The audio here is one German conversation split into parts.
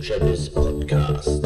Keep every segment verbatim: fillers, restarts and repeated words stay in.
FutureBiz Podcast.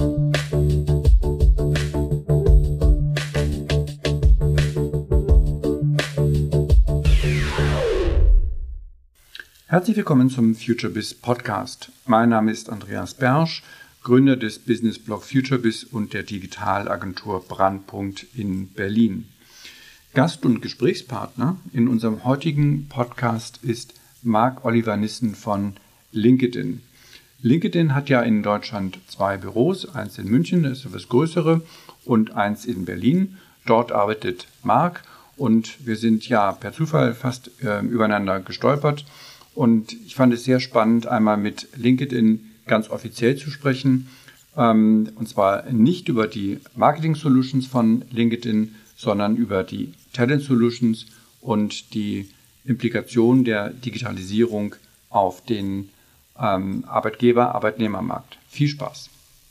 Herzlich willkommen zum FutureBiz Podcast. Mein Name ist Andreas Bersch, Gründer des Businessblog FutureBiz und der Digitalagentur Brandpunkt in Berlin. Gast und Gesprächspartner in unserem heutigen Podcast ist Marc-Oliver Nissen von LinkedIn. LinkedIn hat ja in Deutschland zwei Büros, eins in München, das ist das größere, und eins in Berlin. Dort arbeitet Marc und wir sind ja per Zufall fast äh, übereinander gestolpert. Und ich fand es sehr spannend, einmal mit LinkedIn ganz offiziell zu sprechen, ähm, und zwar nicht über die Marketing Solutions von LinkedIn, sondern über die Talent Solutions und die Implikation der Digitalisierung auf den ähm, Arbeitgeber-Arbeitnehmermarkt. Viel Spaß!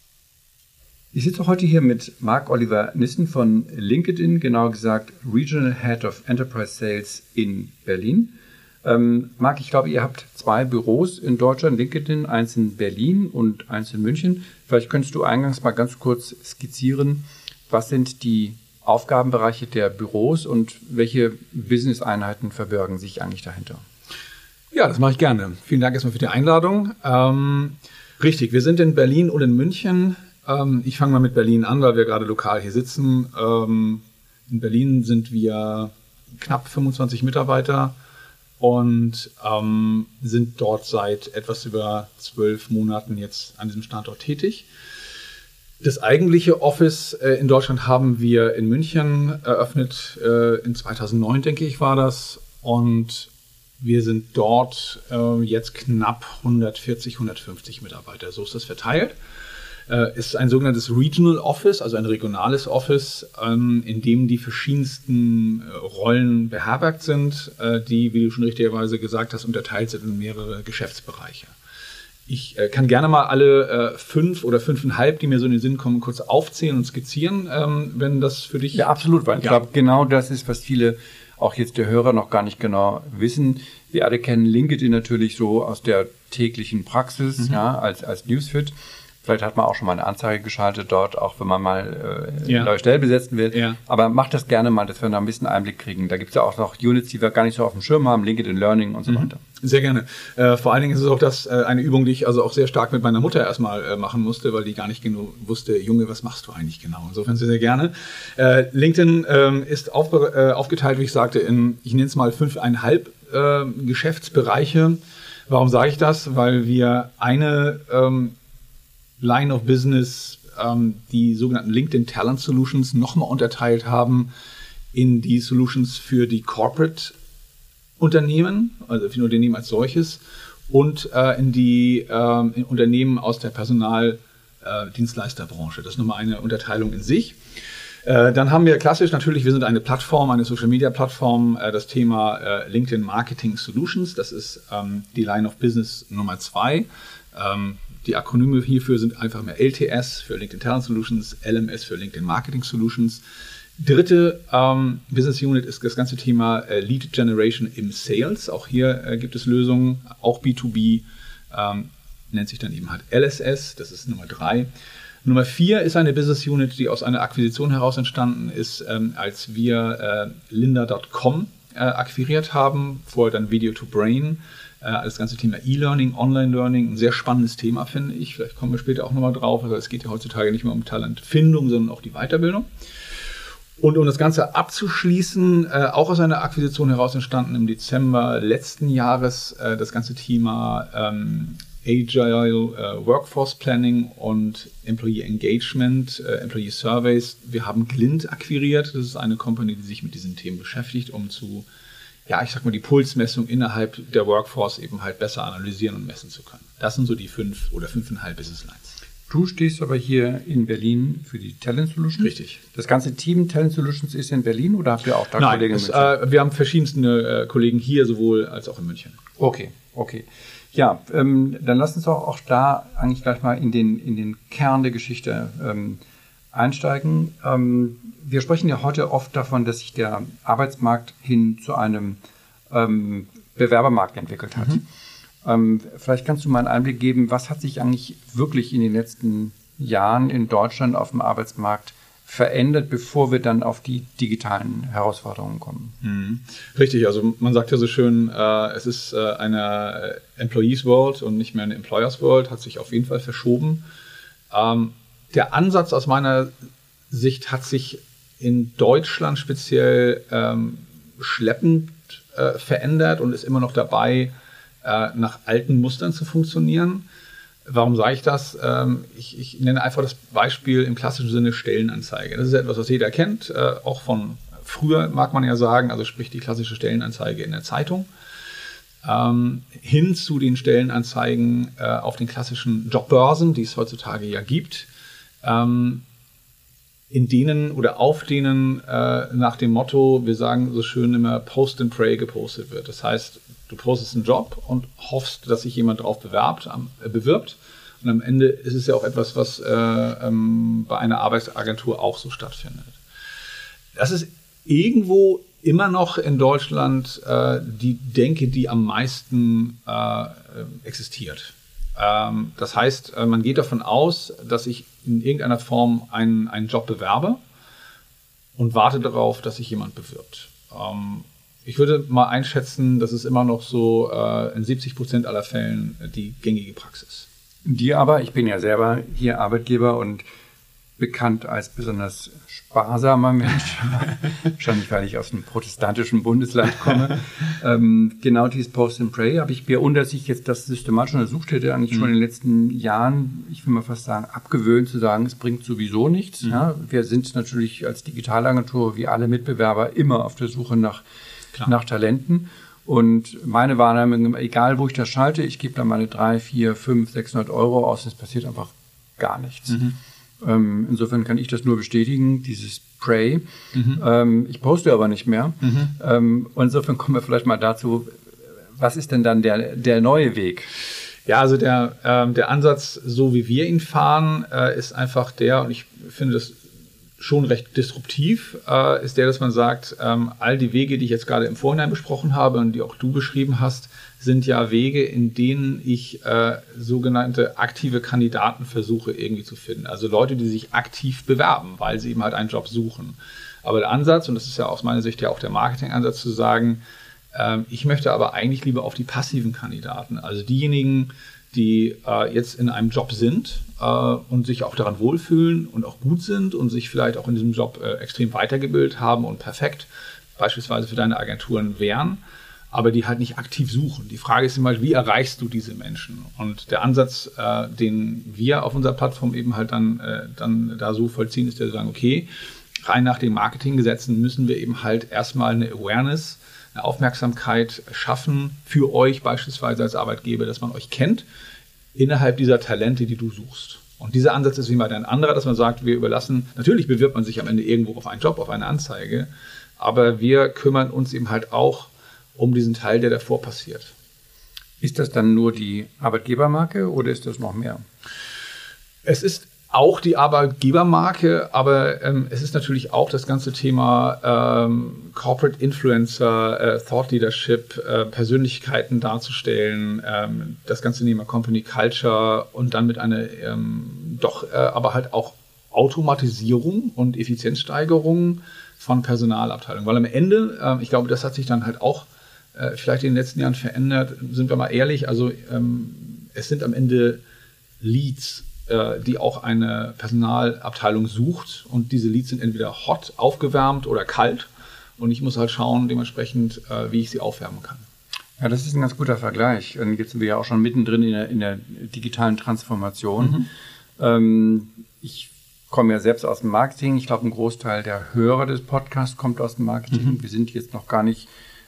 Ich sitze heute hier mit Marc-Oliver Nissen von LinkedIn, genauer gesagt Regional Head of Enterprise Sales in Berlin. Ähm, Marc, ich glaube, ihr habt zwei Büros in Deutschland, LinkedIn, eins in Berlin und eins in München. Vielleicht könntest du eingangs mal ganz kurz skizzieren, was sind die Aufgabenbereiche der Büros und welche Business-Einheiten verbirgen sich eigentlich dahinter? Ja, das mache ich gerne. Vielen Dank erstmal für die Einladung. Ähm, richtig, wir sind in Berlin und in München. Ähm, ich fange mal mit Berlin an, weil wir gerade lokal hier sitzen. Ähm, in Berlin sind wir knapp fünfundzwanzig Mitarbeiter und ähm, sind dort seit etwas über zwölf Monaten jetzt an diesem Standort tätig. Das eigentliche Office äh, in Deutschland haben wir in München eröffnet, äh, in zweitausendneun, denke ich, war das. Und wir sind dort äh, jetzt knapp hundertvierzig, hundertfünfzig Mitarbeiter. So ist das verteilt. Äh, ist ein sogenanntes Regional Office, also ein regionales Office, ähm, in dem die verschiedensten äh, Rollen beherbergt sind, äh, die, wie du schon richtigerweise gesagt hast, unterteilt sind in mehrere Geschäftsbereiche. Ich äh, kann gerne mal alle äh, fünf oder fünfeinhalb, die mir so in den Sinn kommen, kurz aufzählen und skizzieren, ähm, wenn das für dich... Ja, absolut, weil ich ja. glaube, genau das ist, was viele, auch jetzt der Hörer, noch gar nicht genau wissen. Wir alle kennen LinkedIn natürlich so aus der täglichen Praxis, mhm. ja, als, als Newsfeed. Vielleicht hat man auch schon mal eine Anzeige geschaltet dort, auch wenn man mal äh, ja. neue Stellen besetzen will. Ja. Aber macht das gerne mal, dass wir da ein bisschen Einblick kriegen. Da gibt es ja auch noch Units, die wir gar nicht so auf dem Schirm haben, LinkedIn Learning und so mhm. weiter. Sehr gerne. Äh, vor allen Dingen ist es auch das äh, eine Übung, die ich also auch sehr stark mit meiner Mutter erstmal äh, machen musste, weil die gar nicht genau wusste, Junge, was machst du eigentlich genau? Insofern sehr, sehr gerne. Äh, LinkedIn ähm, ist auf, äh, aufgeteilt, wie ich sagte, in, ich nenne es mal fünfeinhalb äh, Geschäftsbereiche. Warum sage ich das? Weil wir eine ähm, Line of Business, ähm, die sogenannten LinkedIn Talent Solutions, nochmal unterteilt haben in die Solutions für die Corporate Unternehmen, also für die Unternehmen als solches, und äh, in die äh, in Unternehmen aus der Personaldienstleisterbranche. Äh, das ist nochmal eine Unterteilung in sich. Äh, dann haben wir klassisch natürlich, wir sind eine Plattform, eine Social-Media-Plattform, äh, das Thema äh, LinkedIn Marketing Solutions. Das ist ähm, die Line of Business Nummer zwei. Ähm, die Akronyme hierfür sind einfach mehr L T S für LinkedIn Talent Solutions, L M S für LinkedIn Marketing Solutions. Dritte ähm, Business Unit ist das ganze Thema äh, Lead Generation im Sales. Auch hier äh, gibt es Lösungen, auch B zwei B, ähm, nennt sich dann eben halt L S S, das ist Nummer drei. Nummer vier ist eine Business Unit, die aus einer Akquisition heraus entstanden ist, ähm, als wir äh, lynda Punkt com äh, akquiriert haben, vorher dann Video to Brain. Das ganze Thema E-Learning, Online-Learning, ein sehr spannendes Thema, finde ich. Vielleicht kommen wir später auch nochmal drauf. Also es geht ja heutzutage nicht mehr um Talentfindung, sondern auch die Weiterbildung. Und um das Ganze abzuschließen, äh, auch aus einer Akquisition heraus entstanden im Dezember letzten Jahres, äh, das ganze Thema ähm, Agile äh, Workforce Planning und Employee Engagement, äh, Employee Surveys. Wir haben Glint akquiriert. Das ist eine Company, die sich mit diesen Themen beschäftigt, um zu ja, ich sag mal, die Pulsmessung innerhalb der Workforce eben halt besser analysieren und messen zu können. Das sind so die fünf oder fünfeinhalb Business Lines. Du stehst aber hier in Berlin für die Talent Solutions. Richtig. Das ganze Team Talent Solutions ist in Berlin oder habt ihr auch da Nein, Kollegen? Es, äh, wir haben verschiedenste äh, Kollegen hier, sowohl als auch in München. Okay, okay. Ja, ähm, dann lass uns auch, auch da eigentlich gleich mal in den, in den Kern der Geschichte ähm, einsteigen. Ähm, wir sprechen ja heute oft davon, dass sich der Arbeitsmarkt hin zu einem ähm, Bewerbermarkt entwickelt hat. Mhm. Ähm, vielleicht kannst du mal einen Einblick geben, was hat sich eigentlich wirklich in den letzten Jahren in Deutschland auf dem Arbeitsmarkt verändert, bevor wir dann auf die digitalen Herausforderungen kommen? Mhm. Richtig, also man sagt ja so schön, äh, es ist äh, eine Employees World und nicht mehr eine Employers World, hat sich auf jeden Fall verschoben. Ähm, der Ansatz aus meiner Sicht hat sich in Deutschland speziell ähm, schleppend äh, verändert und ist immer noch dabei, äh, nach alten Mustern zu funktionieren. Warum sage ich das? Ähm, ich, ich nenne einfach das Beispiel im klassischen Sinne Stellenanzeige. Das ist etwas, was jeder kennt, äh, auch von früher mag man ja sagen, also sprich die klassische Stellenanzeige in der Zeitung, ähm, hin zu den Stellenanzeigen äh, auf den klassischen Jobbörsen, die es heutzutage ja gibt, ähm, in denen oder auf denen äh, nach dem Motto, wir sagen so schön immer, Post and Pray gepostet wird. Das heißt, du postest einen Job und hoffst, dass sich jemand darauf bewerbt, am, äh, bewirbt. Und am Ende ist es ja auch etwas, was äh, ähm, bei einer Arbeitsagentur auch so stattfindet. Das ist irgendwo immer noch in Deutschland äh, die Denke, die am meisten äh, existiert. Ähm, das heißt, äh, man geht davon aus, dass ich in irgendeiner Form einen, einen Job bewerbe und warte darauf, dass sich jemand bewirbt. Ähm, ich würde mal einschätzen, das ist immer noch so äh, in siebzig Prozent aller Fällen die gängige Praxis. Die aber, ich bin ja selber hier Arbeitgeber und bekannt als besonders sparsamer Mensch, wahrscheinlich weil ich aus einem protestantischen Bundesland komme. ähm, genau dieses Post and Pray habe ich mir, ohne dass ich jetzt das systematisch untersucht hätte, eigentlich mhm. schon in den letzten Jahren, ich will mal fast sagen, abgewöhnt zu sagen, es bringt sowieso nichts. Mhm. Ja, wir sind natürlich als Digitalagentur wie alle Mitbewerber immer auf der Suche nach, nach Talenten. Und meine Wahrnehmung, egal wo ich das schalte, ich gebe da meine drei, vier, fünf, sechshundert Euro aus, es passiert einfach gar nichts. Mhm. Ähm, insofern kann ich das nur bestätigen, dieses Pray. Mhm. Ähm, ich poste aber nicht mehr. Mhm. Ähm, und insofern kommen wir vielleicht mal dazu, was ist denn dann der, der neue Weg? Ja, also der, ähm, der Ansatz, so wie wir ihn fahren, äh, ist einfach der, und ich finde das schon recht disruptiv, äh, ist der, dass man sagt, ähm, all die Wege, die ich jetzt gerade im Vorhinein besprochen habe und die auch du beschrieben hast, sind ja Wege, in denen ich äh, sogenannte aktive Kandidaten versuche irgendwie zu finden. Also Leute, die sich aktiv bewerben, weil sie eben halt einen Job suchen. Aber der Ansatz, und das ist ja aus meiner Sicht ja auch der Marketingansatz, zu sagen, äh, ich möchte aber eigentlich lieber auf die passiven Kandidaten, also diejenigen, die äh, jetzt in einem Job sind äh, und sich auch daran wohlfühlen und auch gut sind und sich vielleicht auch in diesem Job äh, extrem weitergebildet haben und perfekt beispielsweise für deine Agenturen wären, aber die halt nicht aktiv suchen. Die Frage ist immer, wie erreichst du diese Menschen? Und der Ansatz, äh, den wir auf unserer Plattform eben halt dann, äh, dann da so vollziehen, ist der zu sagen, okay, rein nach den Marketinggesetzen müssen wir eben halt erstmal eine Awareness, eine Aufmerksamkeit schaffen für euch beispielsweise als Arbeitgeber, dass man euch kennt innerhalb dieser Talente, die du suchst. Und dieser Ansatz ist wie mal ein anderer, dass man sagt, wir überlassen, natürlich bewirbt man sich am Ende irgendwo auf einen Job, auf eine Anzeige, aber wir kümmern uns eben halt auch um diesen Teil, der davor passiert. Ist das dann nur die Arbeitgebermarke oder ist das noch mehr? Es ist auch die Arbeitgebermarke, aber ähm, es ist natürlich auch das ganze Thema ähm, Corporate Influencer, äh, Thought Leadership, äh, Persönlichkeiten darzustellen, ähm, das ganze Thema Company Culture und dann mit einer ähm, doch äh, aber halt auch Automatisierung und Effizienzsteigerung von Personalabteilungen. Weil am Ende, äh, ich glaube, das hat sich dann halt auch äh, vielleicht in den letzten Jahren verändert, sind wir mal ehrlich, also ähm, es sind am Ende Leads, die auch eine Personalabteilung sucht und diese Leads sind entweder hot, aufgewärmt oder kalt und ich muss halt schauen dementsprechend, wie ich sie aufwärmen kann. Ja, das ist ein ganz guter Vergleich. Und jetzt sind wir ja auch schon mittendrin in der, in der digitalen Transformation. Mhm. Ähm, ich komme ja selbst aus dem Marketing. Ich glaube, ein Großteil der Hörer des Podcasts kommt aus dem Marketing. Mhm. Wir sind jetzt noch gar nicht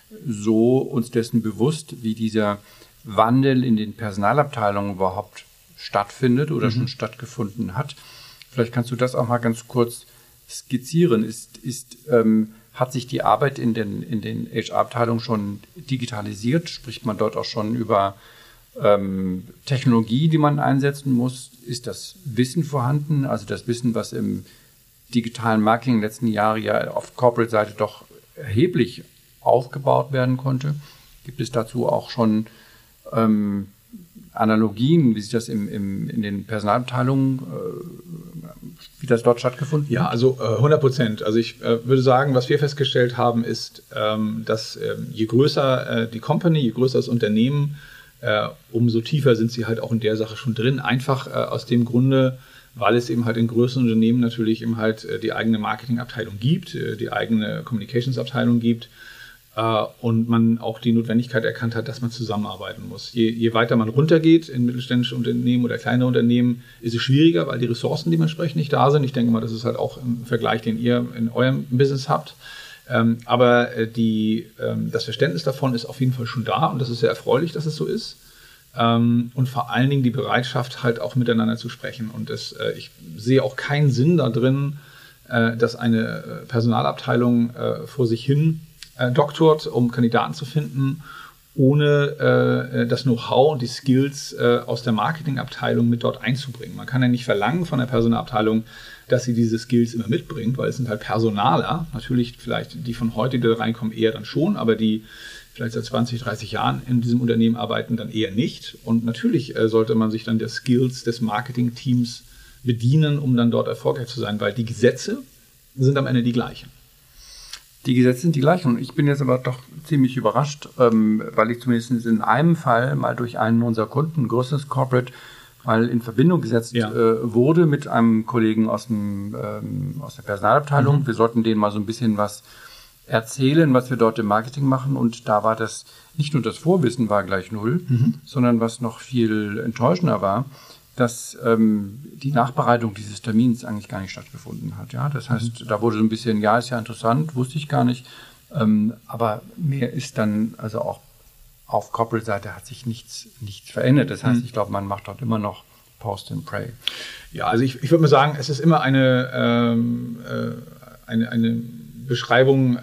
so uns dessen bewusst, wie dieser Wandel in den Personalabteilungen überhaupt stattfindet oder mhm. schon stattgefunden hat. Vielleicht kannst du das auch mal ganz kurz skizzieren. Ist, ist, ähm, hat sich die Arbeit in den, in den H R-Abteilungen schon digitalisiert? Spricht man dort auch schon über ähm, Technologie, die man einsetzen muss? Ist das Wissen vorhanden? Also das Wissen, was im digitalen Marketing in den letzten Jahren ja auf Corporate-Seite doch erheblich aufgebaut werden konnte. Gibt es dazu auch schon ähm, Analogien, wie sich das im, im, in den Personalabteilungen, äh, wie das dort stattgefunden hat? Ja, also äh, hundert Prozent. Also ich äh, würde sagen, was wir festgestellt haben, ist, ähm, dass äh, je größer äh, die Company, je größer das Unternehmen, äh, umso tiefer sind sie halt auch in der Sache schon drin. Einfach äh, aus dem Grunde, weil es eben halt in größeren Unternehmen natürlich eben halt äh, die eigene Marketingabteilung gibt, äh, die eigene Communicationsabteilung gibt. Und man auch die Notwendigkeit erkannt hat, dass man zusammenarbeiten muss. Je, je weiter man runtergeht in mittelständische Unternehmen oder kleinere Unternehmen, ist es schwieriger, weil die Ressourcen dementsprechend nicht da sind. Ich denke mal, das ist halt auch im Vergleich, den ihr in eurem Business habt. Aber die, das Verständnis davon ist auf jeden Fall schon da und das ist sehr erfreulich, dass es so ist. Und vor allen Dingen die Bereitschaft, halt auch miteinander zu sprechen. Und das, ich sehe auch keinen Sinn da drin, dass eine Personalabteilung vor sich hin doktort, um Kandidaten zu finden, ohne äh, das Know-how und die Skills äh, aus der Marketingabteilung mit dort einzubringen. Man kann ja nicht verlangen von der Personalabteilung, dass sie diese Skills immer mitbringt, weil es sind halt Personaler, natürlich vielleicht die von heute, die da reinkommen, eher dann schon, aber die vielleicht seit zwanzig, dreißig Jahren in diesem Unternehmen arbeiten, dann eher nicht. Und natürlich äh, sollte man sich dann der Skills des Marketing-Teams bedienen, um dann dort erfolgreich zu sein, weil die Gesetze sind am Ende die gleichen. Die Gesetze sind die gleichen. Und ich bin jetzt aber doch ziemlich überrascht, ähm, weil ich zumindest in einem Fall mal durch einen unserer Kunden, ein größeres Corporate, mal in Verbindung gesetzt ja. äh, wurde mit einem Kollegen aus, dem, ähm, aus der Personalabteilung. Mhm. Wir sollten denen mal so ein bisschen was erzählen, was wir dort im Marketing machen. Und da war das, nicht nur das Vorwissen war gleich null, mhm. sondern was noch viel enttäuschender war, dass ähm, die Nachbereitung dieses Termins eigentlich gar nicht stattgefunden hat. Ja? Das heißt, mhm. da wurde so ein bisschen, ja, ist ja interessant, wusste ich gar nicht. Ähm, aber mehr ist dann, also auch auf Corporate-Seite hat sich nichts, nichts verändert. Das heißt, mhm. ich glaube, man macht dort immer noch Post and Pray. Ja, also ich, ich würde mal sagen, es ist immer eine, ähm, äh, eine, eine Beschreibung, äh,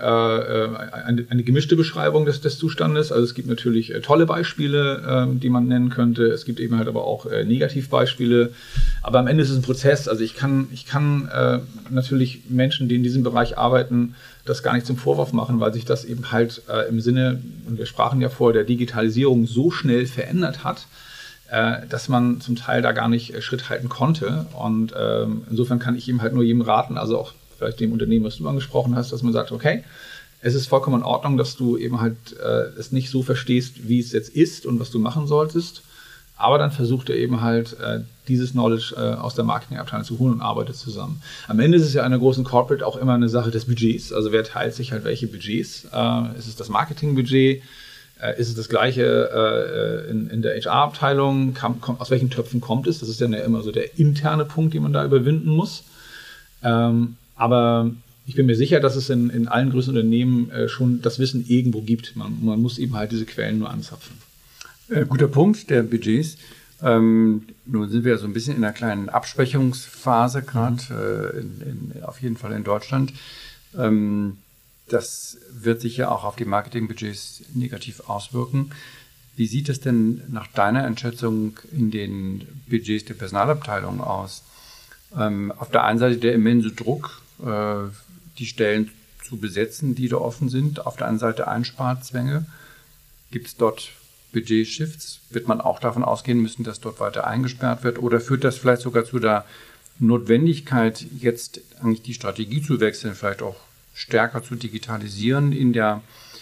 eine, eine gemischte Beschreibung des, des Zustandes. Also es gibt natürlich äh, tolle Beispiele, äh, die man nennen könnte. Es gibt eben halt aber auch äh, Negativbeispiele. Aber am Ende ist es ein Prozess. Also ich kann, ich kann äh, natürlich Menschen, die in diesem Bereich arbeiten, das gar nicht zum Vorwurf machen, weil sich das eben halt äh, im Sinne, und wir sprachen ja vor, der Digitalisierung so schnell verändert hat, äh, dass man zum Teil da gar nicht äh, Schritt halten konnte. Und äh, insofern kann ich eben halt nur jedem raten, also auch vielleicht dem Unternehmen, was du angesprochen hast, dass man sagt, okay, es ist vollkommen in Ordnung, dass du eben halt äh, es nicht so verstehst, wie es jetzt ist und was du machen solltest, aber dann versucht er eben halt äh, dieses Knowledge äh, aus der Marketingabteilung zu holen und arbeitet zusammen. Am Ende ist es ja in einer großen Corporate auch immer eine Sache des Budgets, also wer teilt sich halt welche Budgets? Äh, ist es das Marketingbudget? Äh, ist es das gleiche äh, in, in der H R-Abteilung? Kam, kommt, aus welchen Töpfen kommt es? Das ist dann ja immer so der interne Punkt, den man da überwinden muss. Ähm, Aber ich bin mir sicher, dass es in, in allen größeren Unternehmen äh, schon das Wissen irgendwo gibt. Man, man muss eben halt diese Quellen nur anzapfen. Äh, guter Punkt der Budgets. Ähm, nun sind wir so ein bisschen in einer kleinen Abschwächungsphase gerade, mhm. äh, auf jeden Fall in Deutschland. Ähm, das wird sich ja auch auf die Marketingbudgets negativ auswirken. Wie sieht es denn nach deiner Einschätzung in den Budgets der Personalabteilung aus? Ähm, auf der einen Seite der immense Druck, äh, die Stellen zu besetzen, die da offen sind. Auf der anderen Seite Einsparzwänge. Gibt es dort Budget-Shifts? Wird man auch davon ausgehen müssen, dass dort weiter eingesperrt wird? Oder führt das vielleicht sogar zu der Notwendigkeit, jetzt eigentlich die Strategie zu wechseln, vielleicht auch stärker zu digitalisieren in der,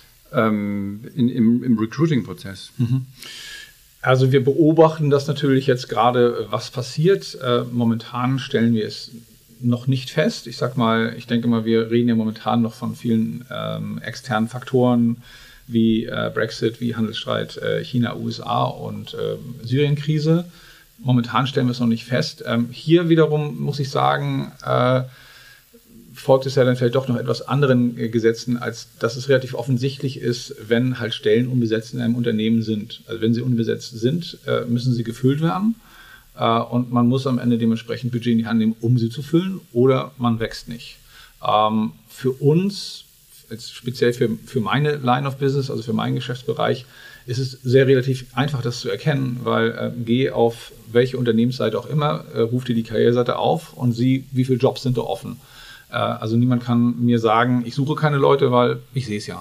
ähm, in, im, im Recruiting-Prozess? Mhm. Also wir beobachten das natürlich jetzt gerade, was passiert. Äh, momentan stellen wir es noch nicht fest. Ich sag mal, ich denke mal, wir reden ja momentan noch von vielen ähm, externen Faktoren wie äh, Brexit, wie Handelsstreit äh, China, U S A und äh, Syrien-Krise. Momentan stellen wir es noch nicht fest. Ähm, hier wiederum muss ich sagen, äh, folgt es ja dann vielleicht doch noch etwas anderen äh, Gesetzen, als dass es relativ offensichtlich ist, wenn halt Stellen unbesetzt in einem Unternehmen sind. Also wenn sie unbesetzt sind, äh, müssen sie gefüllt werden äh, und man muss am Ende dementsprechend Budget in die Hand nehmen, um sie zu füllen, oder man wächst nicht. Ähm, für uns, jetzt speziell für, für meine Line of Business, also für meinen Geschäftsbereich, ist es sehr relativ einfach, das zu erkennen, weil äh, geh auf welche Unternehmensseite auch immer, äh, ruf dir die Karriereseite auf und sieh, wie viele Jobs sind da offen. Also niemand kann mir sagen, ich suche keine Leute, weil ich sehe es ja.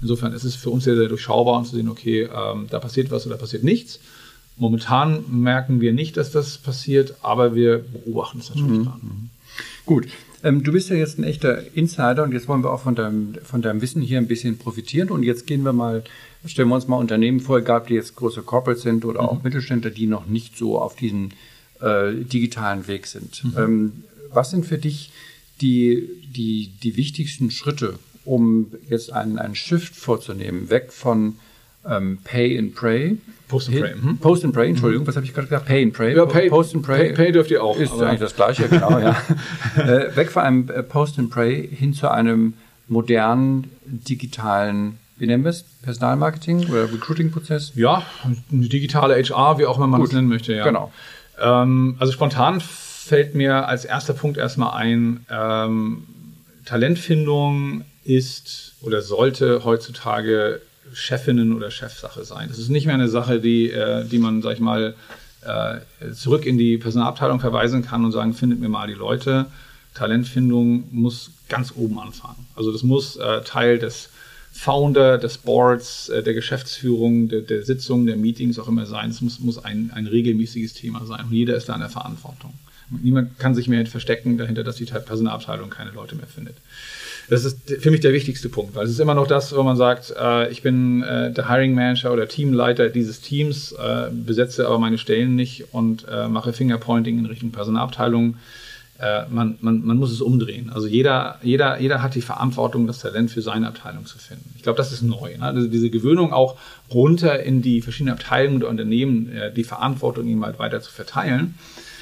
Insofern ist es für uns sehr, sehr durchschaubar und zu sehen, okay, ähm, da passiert was oder da passiert nichts. Momentan merken wir nicht, dass das passiert, aber wir beobachten es natürlich mhm. dran. Gut. Ähm, du bist ja jetzt ein echter Insider und jetzt wollen wir auch von deinem, von deinem Wissen hier ein bisschen profitieren. Und jetzt gehen wir mal, stellen wir uns mal Unternehmen vor, egal die jetzt große Corporates sind oder mhm. auch Mittelständler, die noch nicht so auf diesem äh, digitalen Weg sind. Mhm. Ähm, was sind für dich die, die, die wichtigsten Schritte, um jetzt einen, einen Shift vorzunehmen, weg von ähm, Pay and Pray? Post and Pray. Mhm. Post and Pray, Entschuldigung, was habe ich gerade gesagt? Pay and Pray. Ja, pay, Post and Pray. Pay, pay dürft ihr auch. Ist eigentlich das Gleiche, genau, ja. äh, weg von einem äh, Post and Pray hin zu einem modernen, digitalen, wie nennen wir es? Personalmarketing oder Recruiting-Prozess? Ja, eine digitale H R, wie auch immer man Gut. es nennen möchte. Ja. Genau. Ähm, also spontan fällt mir als erster Punkt erstmal ein, ähm, Talentfindung ist oder sollte heutzutage Chefinnen oder Chefsache sein. Das ist nicht mehr eine Sache, die, äh, die man, sag ich mal, äh, zurück in die Personalabteilung verweisen kann und sagen, findet mir mal die Leute. Talentfindung muss ganz oben anfangen. Also das muss äh, Teil des Founder, des Boards, äh, der Geschäftsführung, der, der Sitzungen, der Meetings auch immer sein. Es muss, muss ein, ein regelmäßiges Thema sein und jeder ist da in der Verantwortung. Und niemand kann sich mehr verstecken dahinter, dass die Personalabteilung keine Leute mehr findet. Das ist für mich der wichtigste Punkt, weil es ist immer noch das, wo man sagt, äh, ich bin äh, der Hiring Manager oder Teamleiter dieses Teams, äh, besetze aber meine Stellen nicht und äh, mache Fingerpointing in Richtung Personalabteilung. Äh, man, man, man muss es umdrehen. Also jeder, jeder, jeder hat die Verantwortung, das Talent für seine Abteilung zu finden. Ich glaube, das ist neu. Ne? Also diese Gewöhnung auch runter in die verschiedenen Abteilungen der Unternehmen, äh, die Verantwortung ihm halt weiter zu verteilen.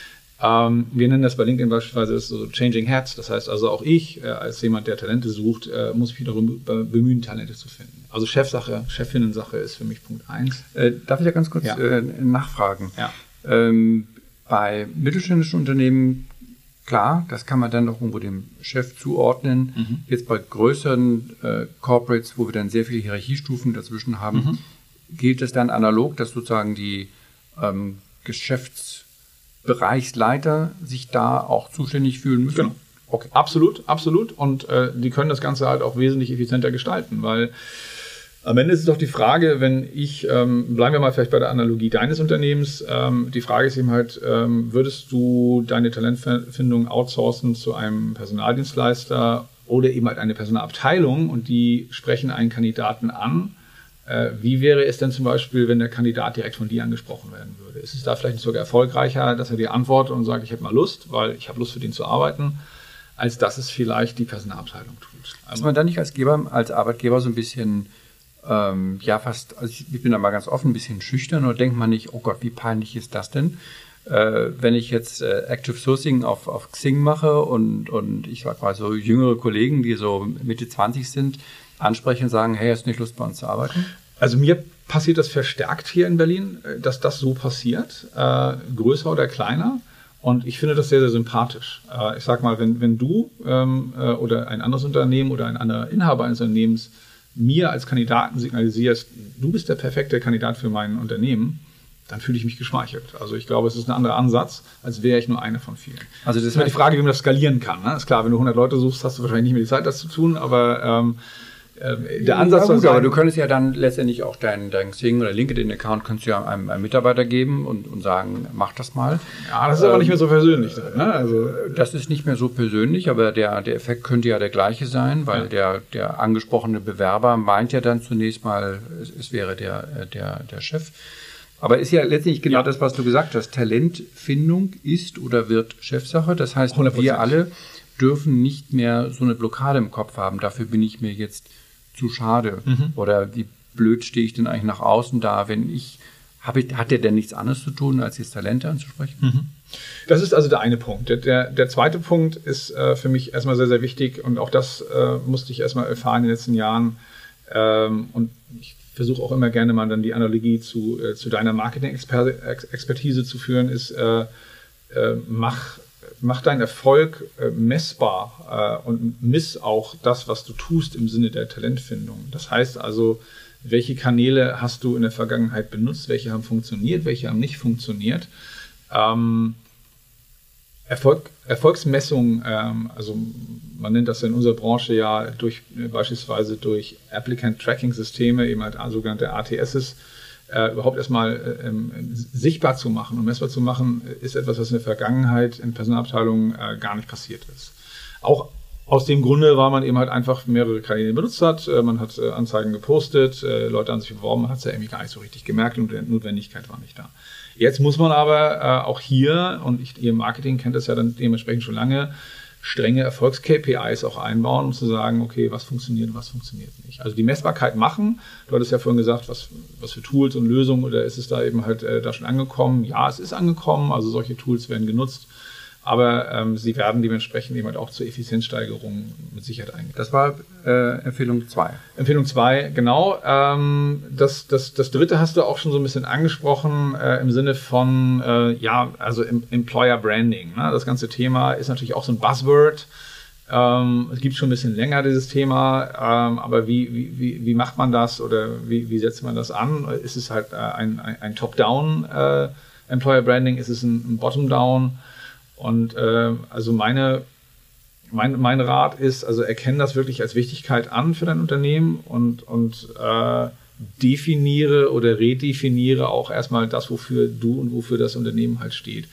Ähm, wir nennen das bei LinkedIn beispielsweise so Changing Hats. Das heißt also auch ich, äh, als jemand, der Talente sucht, äh, muss mich darum bemühen, Talente zu finden. Also Chefsache, Chefinnensache ist für mich Punkt eins. Äh, darf ich ja ganz kurz ja. äh, nachfragen? Ja. Ähm, bei mittelständischen Unternehmen, klar, das kann man dann auch irgendwo dem Chef zuordnen. Mhm. Jetzt bei größeren äh, Corporates, wo wir dann sehr viele Hierarchiestufen dazwischen haben, mhm. gilt es dann analog, dass sozusagen die ähm, Geschäfts- Bereichsleiter sich da auch zuständig fühlen müssen? Genau. Okay. Absolut, absolut. Und äh, die können das Ganze halt auch wesentlich effizienter gestalten, weil am Ende ist es doch die Frage, wenn ich, ähm, bleiben wir mal vielleicht bei der Analogie deines Unternehmens, ähm, die Frage ist eben halt, ähm, würdest du deine Talentfindung outsourcen zu einem Personaldienstleister oder eben halt eine Personalabteilung und die sprechen einen Kandidaten an? Wie wäre es denn zum Beispiel, wenn der Kandidat direkt von dir angesprochen werden würde? Ist es da vielleicht sogar erfolgreicher, dass er dir antwortet und sagt, ich hätte mal Lust, weil ich habe Lust für den zu arbeiten, als dass es vielleicht die Personalabteilung tut? Also ist man dann nicht als Geber, als Arbeitgeber so ein bisschen, ähm, ja fast, also ich, ich bin da mal ganz offen, ein bisschen schüchtern oder denkt man nicht, oh Gott, wie peinlich ist das denn? Äh, wenn ich jetzt äh, Active Sourcing auf, auf Xing mache und, und ich sag mal so jüngere Kollegen, die so Mitte zwanzig sind, ansprechen und sagen, hey, hast du nicht Lust bei uns zu arbeiten? Also mir passiert das verstärkt hier in Berlin, dass das so passiert, äh, größer oder kleiner. Und ich finde das sehr, sehr sympathisch. Äh, ich sag mal, wenn, wenn du ähm, äh, oder ein anderes Unternehmen oder ein anderer Inhaber eines Unternehmens mir als Kandidaten signalisierst, du bist der perfekte Kandidat für mein Unternehmen, dann fühle ich mich geschmeichelt. Also ich glaube, es ist ein anderer Ansatz, als wäre ich nur einer von vielen. Also das ist immer die Frage, wie man das skalieren kann. Ne? Ist klar, wenn du hundert Leute suchst, hast du wahrscheinlich nicht mehr die Zeit, das zu tun, aber ähm, der Ansatz ja, gut, aber du könntest ja dann letztendlich auch deinen dein Xing oder LinkedIn-Account kannst du ja einem, einem Mitarbeiter geben und, und sagen, mach das mal. Ja, das ist ähm, aber nicht mehr so persönlich. Ne? Also, das ist nicht mehr so persönlich, aber der, der Effekt könnte ja der gleiche sein, weil ja. der, der angesprochene Bewerber meint ja dann zunächst mal, es, es wäre der, der, der Chef. Aber ist ja letztendlich genau ja. das, was du gesagt hast. Talentfindung ist oder wird Chefsache. Das heißt, hundert Prozent. Wir alle dürfen nicht mehr so eine Blockade im Kopf haben. Dafür bin ich mir jetzt zu schade. Mhm. Oder wie blöd stehe ich denn eigentlich nach außen da, wenn ich, hab ich, hat der denn nichts anderes zu tun, als jetzt Talente anzusprechen? Mhm. Das ist also der eine Punkt. Der, der, der zweite Punkt ist äh, für mich erstmal sehr, sehr wichtig und auch das äh, musste ich erstmal erfahren in den letzten Jahren. Ähm, und ich versuche auch immer gerne mal dann die Analogie zu, äh, zu deiner Marketing-Expertise zu führen, ist äh, äh, mach Mach deinen Erfolg äh, messbar äh, und miss auch das, was du tust im Sinne der Talentfindung. Das heißt also, welche Kanäle hast du in der Vergangenheit benutzt, welche haben funktioniert, welche haben nicht funktioniert. Ähm, Erfolg, Erfolgsmessung, ähm, also man nennt das in unserer Branche ja durch äh, beispielsweise durch Applicant Tracking Systeme, eben halt sogenannte A T Ss, äh, überhaupt erstmal äh, ähm, sichtbar zu machen und messbar zu machen, ist etwas, was in der Vergangenheit in Personalabteilungen äh, gar nicht passiert ist. Auch aus dem Grunde, weil man eben halt einfach mehrere Kanäle benutzt hat, äh, man hat äh, Anzeigen gepostet, äh, Leute haben sich beworben, man hat es ja irgendwie gar nicht so richtig gemerkt und die Notwendigkeit war nicht da. Jetzt muss man aber äh, auch hier, und ich, ihr Marketing kennt das ja dann dementsprechend schon lange, strenge Erfolgs-K P Is auch einbauen, um zu sagen, okay, was funktioniert und was funktioniert nicht. Also die Messbarkeit machen, du hattest ja vorhin gesagt, was, was für Tools und Lösungen, oder ist es da eben halt äh, da schon angekommen? Ja, es ist angekommen, also solche Tools werden genutzt, aber ähm, sie werden dementsprechend eben halt auch zur Effizienzsteigerung mit Sicherheit eingesetzt. Das war äh, Empfehlung zwei. Empfehlung zwei, genau. Ähm, das, das, das dritte hast du auch schon so ein bisschen angesprochen, äh, im Sinne von, äh, ja, also im, Employer Branding. Ne? Das ganze Thema ist natürlich auch so ein Buzzword. Ähm, es gibt schon ein bisschen länger dieses Thema, ähm, aber wie, wie, wie, wie macht man das oder wie, wie setzt man das an? Ist es halt äh, ein, ein, ein Top-Down äh, Employer Branding? Ist es ein, ein Bottom-Down? Und äh, also meine, mein, mein Rat ist, also erkenne das wirklich als Wichtigkeit an für dein Unternehmen und, und äh, definiere oder redefiniere auch erstmal das, wofür du und wofür das Unternehmen halt steht.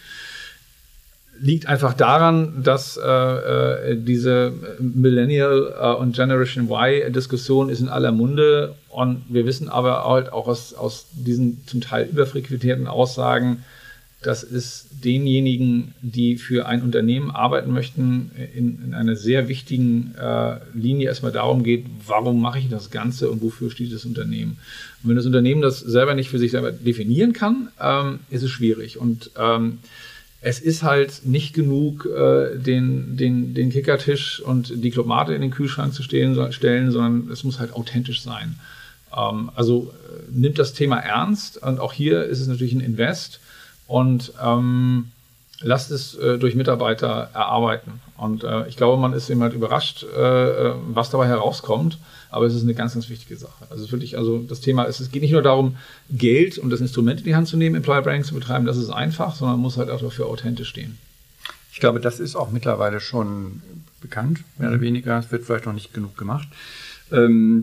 Liegt einfach daran, dass äh, äh, diese Millennial äh, und Generation Y-Diskussion ist in aller Munde, und wir wissen aber halt auch aus, aus diesen zum Teil überfrequentierten Aussagen, dass es denjenigen, die für ein Unternehmen arbeiten möchten, in, in einer sehr wichtigen äh, Linie erstmal darum geht, warum mache ich das Ganze und wofür steht das Unternehmen. Und wenn das Unternehmen das selber nicht für sich selber definieren kann, ähm, ist es schwierig. Und ähm, es ist halt nicht genug, äh, den, den, den Kickertisch und die Clubmate in den Kühlschrank zu stehen, stellen, sondern es muss halt authentisch sein. Ähm, also äh, nimmt das Thema ernst, und auch hier ist es natürlich ein Invest. Und ähm, lasst es äh, durch Mitarbeiter erarbeiten. Und äh, ich glaube, man ist eben halt überrascht, äh, was dabei herauskommt. Aber es ist eine ganz, ganz wichtige Sache. Also es ist wirklich, also das Thema ist, es geht nicht nur darum, Geld und das Instrument in die Hand zu nehmen, Employer Branding zu betreiben, das ist einfach, sondern man muss halt auch dafür authentisch stehen. Ich glaube, das ist auch mittlerweile schon bekannt, mehr oder weniger. Es wird vielleicht noch nicht genug gemacht. Ähm,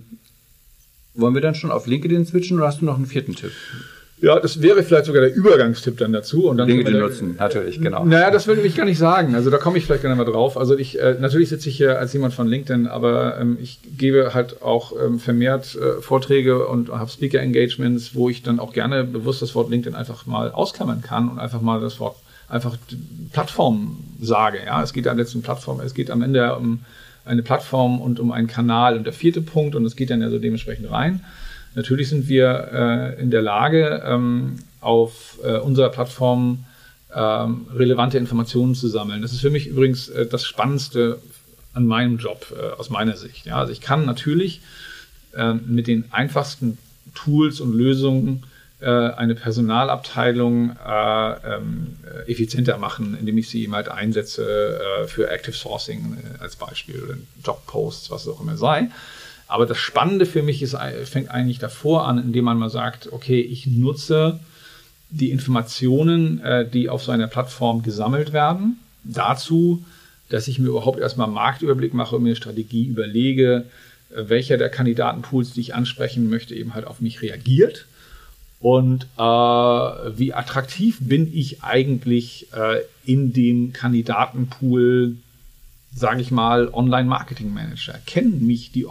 wollen wir dann schon auf LinkedIn switchen oder hast du noch einen vierten Tipp? Ja, das wäre vielleicht sogar der Übergangstipp dann dazu. Und dann LinkedIn da, nutzen, natürlich, genau. Naja, das würde ich gar nicht sagen. Also da komme ich vielleicht gerne mal drauf. Also ich, äh, natürlich sitze ich hier als jemand von LinkedIn, aber ähm, ich gebe halt auch ähm, vermehrt äh, Vorträge und habe Speaker-Engagements, wo ich dann auch gerne bewusst das Wort LinkedIn einfach mal ausklammern kann und einfach mal das Wort einfach Plattform sage. Ja, es geht ja letztlich um Plattform, es geht am Ende um eine Plattform und um einen Kanal. Und der vierte Punkt, und das geht dann ja so dementsprechend rein. Natürlich sind wir äh, in der Lage, ähm, auf äh, unserer Plattform ähm, relevante Informationen zu sammeln. Das ist für mich übrigens äh, das Spannendste an meinem Job, äh, aus meiner Sicht. Ja, also ich kann natürlich äh, mit den einfachsten Tools und Lösungen äh, eine Personalabteilung äh, ähm, effizienter machen, indem ich sie eben halt einsetze äh, für Active Sourcing äh, als Beispiel oder Jobposts, was es auch immer sei. Aber das Spannende für mich ist, fängt eigentlich davor an, indem man mal sagt, okay, ich nutze die Informationen, äh, die auf so einer Plattform gesammelt werden, dazu, dass ich mir überhaupt erstmal einen Marktüberblick mache und mir eine Strategie überlege, äh, welcher der Kandidatenpools, die ich ansprechen möchte, eben halt auf mich reagiert. Und äh, wie attraktiv bin ich eigentlich äh, in dem Kandidatenpool, sage ich mal, Online-Marketing-Manager. Kennen mich die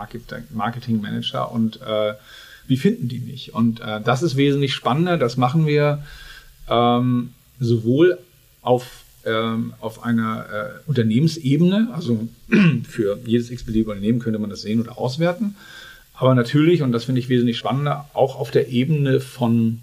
Online-Marketing-Manager und äh, wie finden die mich? Und äh, das ist wesentlich spannender. Das machen wir ähm, sowohl auf, ähm, auf einer äh, Unternehmensebene, also für jedes x-beliebige Unternehmen könnte man das sehen oder auswerten, aber natürlich, und das finde ich wesentlich spannender, auch auf der Ebene von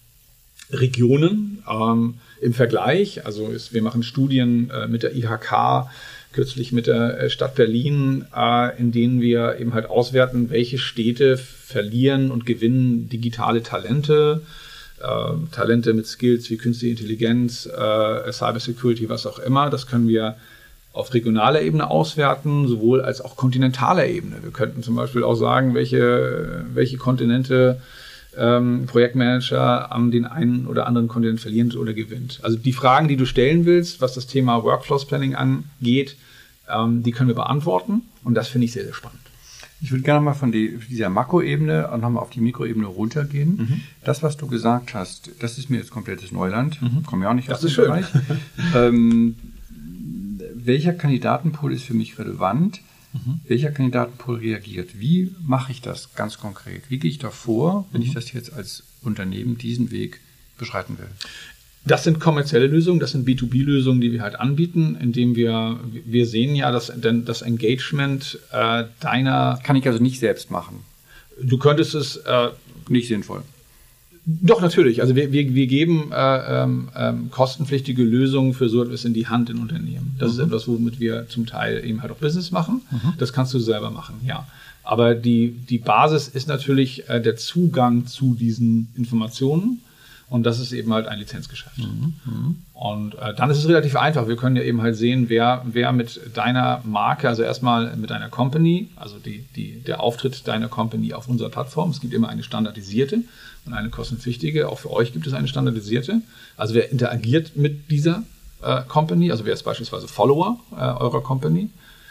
Regionen ähm, im Vergleich. Also ist, wir machen Studien äh, mit der I H K, kürzlich mit der Stadt Berlin, äh, in denen wir eben halt auswerten, welche Städte verlieren und gewinnen digitale Talente, äh, Talente mit Skills wie künstliche Intelligenz, äh, Cybersecurity, was auch immer. Das können wir auf regionaler Ebene auswerten, sowohl als auch kontinentaler Ebene. Wir könnten zum Beispiel auch sagen, welche, welche Kontinente ähm, Projektmanager an den einen oder anderen Kontinent verliert oder gewinnt. Also die Fragen, die du stellen willst, was das Thema Workflows Planning angeht, ähm, die können wir beantworten und das finde ich sehr, sehr spannend. Ich würde gerne mal von die, dieser Makroebene und nochmal auf die Mikroebene runtergehen. Mhm. Das, was du gesagt hast, das ist mir jetzt komplettes Neuland. Mhm. Komme ja auch nicht aus dem Bereich. ähm, welcher Kandidatenpool ist für mich relevant? Mhm. Welcher Kandidatenpool reagiert? Wie mache ich das ganz konkret? Wie gehe ich da vor, wenn mhm. ich das jetzt als Unternehmen diesen Weg beschreiten will? Das sind kommerzielle Lösungen, das sind B zwei B-Lösungen, die wir halt anbieten, indem wir, wir sehen ja, dass das Engagement äh, deiner... Kann ich also nicht selbst machen? Du könntest es... Äh, nicht sinnvoll. Doch, natürlich. Also wir, wir, wir geben äh, ähm, kostenpflichtige Lösungen für so etwas in die Hand in Unternehmen. Das mhm. ist etwas, womit wir zum Teil eben halt auch Business machen. Mhm. Das kannst du selber machen, ja. Aber die, die Basis ist natürlich äh, der Zugang zu diesen Informationen. Und das ist eben halt ein Lizenzgeschäft. Mhm. Und äh, dann ist es relativ einfach. Wir können ja eben halt sehen, wer, wer mit deiner Marke, also erstmal mit deiner Company, also die, die, der Auftritt deiner Company auf unserer Plattform. Es gibt immer eine standardisierte und eine kostenpflichtige. Auch für euch gibt es eine standardisierte. Also wer interagiert mit dieser äh, Company, also wer ist beispielsweise Follower äh, eurer Company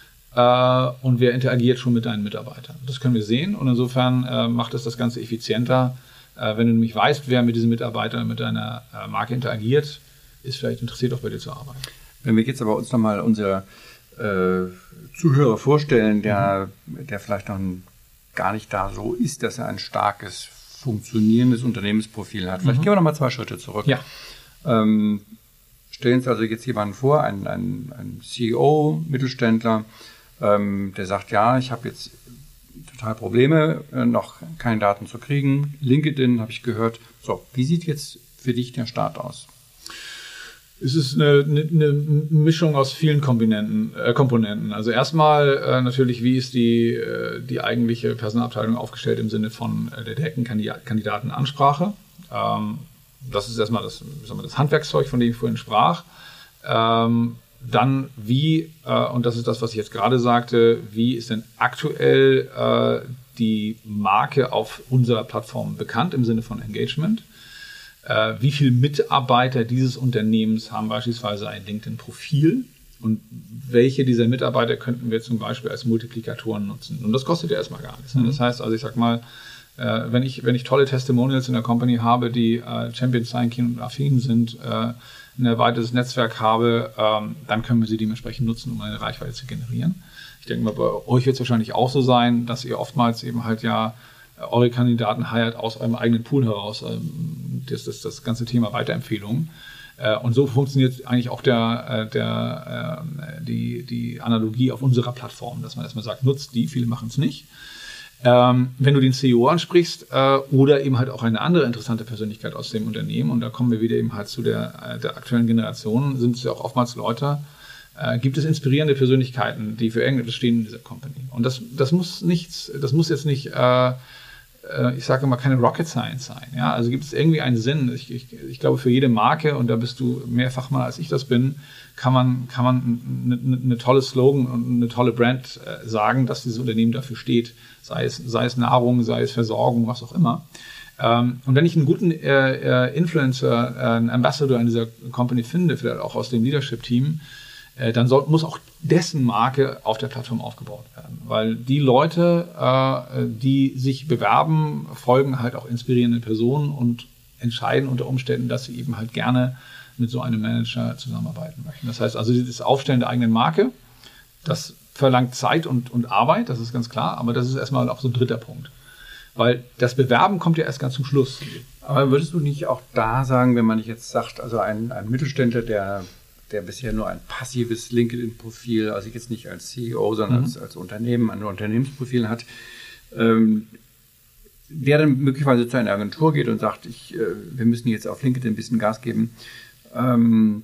äh, und wer interagiert schon mit deinen Mitarbeitern. Das können wir sehen und insofern äh, macht es das Ganze effizienter. Wenn du nämlich weißt, wer mit diesen Mitarbeitern, mit deiner Marke interagiert, ist vielleicht interessiert, auch bei dir zu arbeiten. Wenn wir jetzt aber uns nochmal unser äh, Zuhörer vorstellen, der, mhm. der vielleicht noch gar nicht da so ist, dass er ein starkes, funktionierendes Unternehmensprofil hat. Vielleicht mhm. gehen wir nochmal zwei Schritte zurück. Ja. Ähm, stellen Sie also jetzt jemanden vor, einen, einen, einen C E O, Mittelständler, ähm, der sagt, ja, ich habe jetzt total Probleme, noch keine Daten zu kriegen. LinkedIn habe ich gehört. So, wie sieht jetzt für dich der Start aus? Es ist eine, eine, eine Mischung aus vielen Komponenten. Äh, Komponenten. Also erstmal äh, natürlich, wie ist die, äh, die eigentliche Personalabteilung aufgestellt im Sinne von äh, der direkten Kandidatenansprache. Ähm, das ist erstmal das, sagen wir, das Handwerkszeug, von dem ich vorhin sprach. Ähm, Dann wie, äh, und das ist das, was ich jetzt gerade sagte, wie ist denn aktuell äh, die Marke auf unserer Plattform bekannt im Sinne von Engagement? Äh, wie viele Mitarbeiter dieses Unternehmens haben beispielsweise ein LinkedIn-Profil? Und welche dieser Mitarbeiter könnten wir zum Beispiel als Multiplikatoren nutzen? Und das kostet ja erstmal gar nichts. Mhm. Das heißt, also ich sag mal, äh, wenn ich, wenn ich tolle Testimonials in der Company habe, die äh, Champions sein und affin sind, äh, ein erweitertes Netzwerk habe, ähm, dann können wir sie dementsprechend nutzen, um eine Reichweite zu generieren. Ich denke mal, bei euch wird es wahrscheinlich auch so sein, dass ihr oftmals eben halt ja eure Kandidaten hired aus eurem eigenen Pool heraus. Ähm, das ist das, das ganze Thema Weiterempfehlungen. Äh, und so funktioniert eigentlich auch der, äh, der, äh, die, die Analogie auf unserer Plattform, dass man erstmal sagt, nutzt die, viele machen es nicht. Ähm, wenn du den C E O ansprichst äh, oder eben halt auch eine andere interessante Persönlichkeit aus dem Unternehmen, und da kommen wir wieder eben halt zu der, der aktuellen Generation, sind es ja auch oftmals Leute, äh, gibt es inspirierende Persönlichkeiten, die für irgendetwas stehen in dieser Company. Und das, das muss nichts, das muss jetzt nicht, äh, äh, ich sage immer, keine Rocket Science sein. Ja? Also gibt es irgendwie einen Sinn. Ich, ich, ich glaube, für jede Marke, und da bist du mehrfach mal als ich das bin, kann man, kann man eine, eine tolle Slogan und eine tolle Brand äh, sagen, dass dieses Unternehmen dafür steht. Sei es, sei es Nahrung, sei es Versorgung, was auch immer. Ähm, und wenn ich einen guten äh, äh, Influencer, äh, einen Ambassador in dieser Company finde, vielleicht auch aus dem Leadership-Team, äh, dann soll, muss auch dessen Marke auf der Plattform aufgebaut werden. Weil die Leute, äh, die sich bewerben, folgen halt auch inspirierenden Personen und entscheiden unter Umständen, dass sie eben halt gerne mit so einem Manager zusammenarbeiten möchten. Das heißt also, dieses Aufstellen der eigenen Marke, das verlangt Zeit und, und Arbeit, das ist ganz klar, aber das ist erstmal auch so ein dritter Punkt. Weil das Bewerben kommt ja erst ganz zum Schluss. Aber würdest du nicht auch da sagen, wenn man jetzt sagt, also ein, ein Mittelständler, der, der bisher nur ein passives LinkedIn-Profil, also jetzt nicht als C E O, sondern mhm. als, als Unternehmen, ein Unternehmensprofil hat, ähm, der dann möglicherweise zu einer Agentur geht und sagt, ich, äh, wir müssen jetzt auf LinkedIn ein bisschen Gas geben, ähm,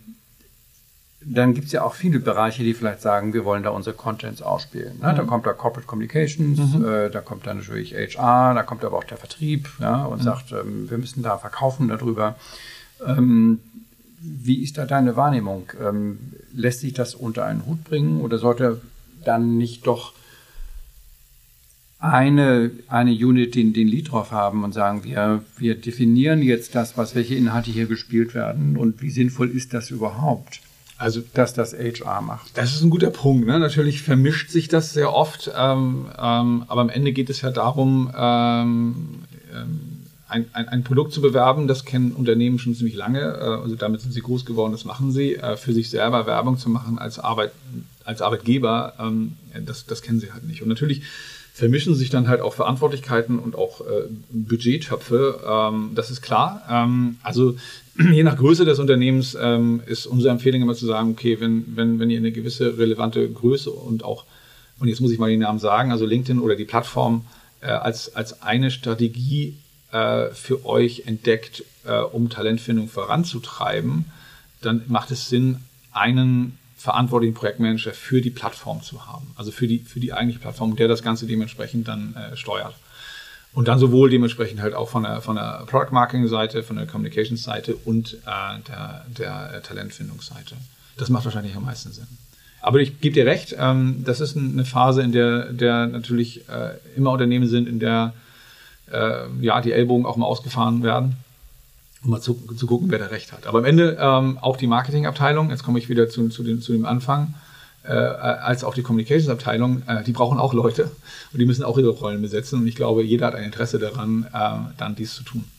dann gibt es ja auch viele Bereiche, die vielleicht sagen, wir wollen da unsere Contents ausspielen. Ne? Mhm. Da kommt da Corporate Communications, mhm. äh, da kommt dann natürlich H R, da kommt aber auch der Vertrieb, ja, und mhm. sagt, ähm, wir müssen da verkaufen darüber. Ähm, wie ist da deine Wahrnehmung? Ähm, lässt sich das unter einen Hut bringen oder sollte dann nicht doch eine, eine Unit den, den Lead drauf haben und sagen, wir, wir definieren jetzt das, was welche Inhalte hier gespielt werden und wie sinnvoll ist das überhaupt, also dass das H R macht. Das ist ein guter Punkt. Ne? Natürlich vermischt sich das sehr oft, ähm, ähm, aber am Ende geht es ja darum, ähm, ähm, ein, ein, ein Produkt zu bewerben, das kennen Unternehmen schon ziemlich lange, äh, also damit sind sie groß geworden, das machen sie, äh, für sich selber Werbung zu machen als, Arbeit, als Arbeitgeber, ähm, das, das kennen sie halt nicht. Und natürlich vermischen sich dann halt auch Verantwortlichkeiten und auch äh, Budgettöpfe, ähm, das ist klar. Ähm, also je nach Größe des Unternehmens ähm, ist unsere Empfehlung immer zu sagen, okay, wenn, wenn, wenn ihr eine gewisse relevante Größe und auch, und jetzt muss ich mal den Namen sagen, also LinkedIn oder die Plattform äh, als, als eine Strategie äh, für euch entdeckt, äh, um Talentfindung voranzutreiben, dann macht es Sinn, einen verantwortlichen Projektmanager für die Plattform zu haben, also für die, für die eigentliche Plattform, der das Ganze dementsprechend dann äh, steuert. Und dann sowohl dementsprechend halt auch von der, von der Product Marketing Seite, von der Communications Seite und äh, der, der Talentfindungsseite. Das macht wahrscheinlich am meisten Sinn. Aber ich gebe dir recht, ähm, das ist eine Phase, in der, der natürlich äh, immer Unternehmen sind, in der äh, ja, die Ellbogen auch mal ausgefahren werden, um mal zu, zu gucken, wer da recht hat. Aber am Ende ähm, auch die Marketingabteilung, jetzt komme ich wieder zu, zu, den, zu dem Anfang, äh, als auch die Communications-Abteilung, äh, die brauchen auch Leute und die müssen auch ihre Rollen besetzen. Und ich glaube, jeder hat ein Interesse daran, äh, dann dies zu tun.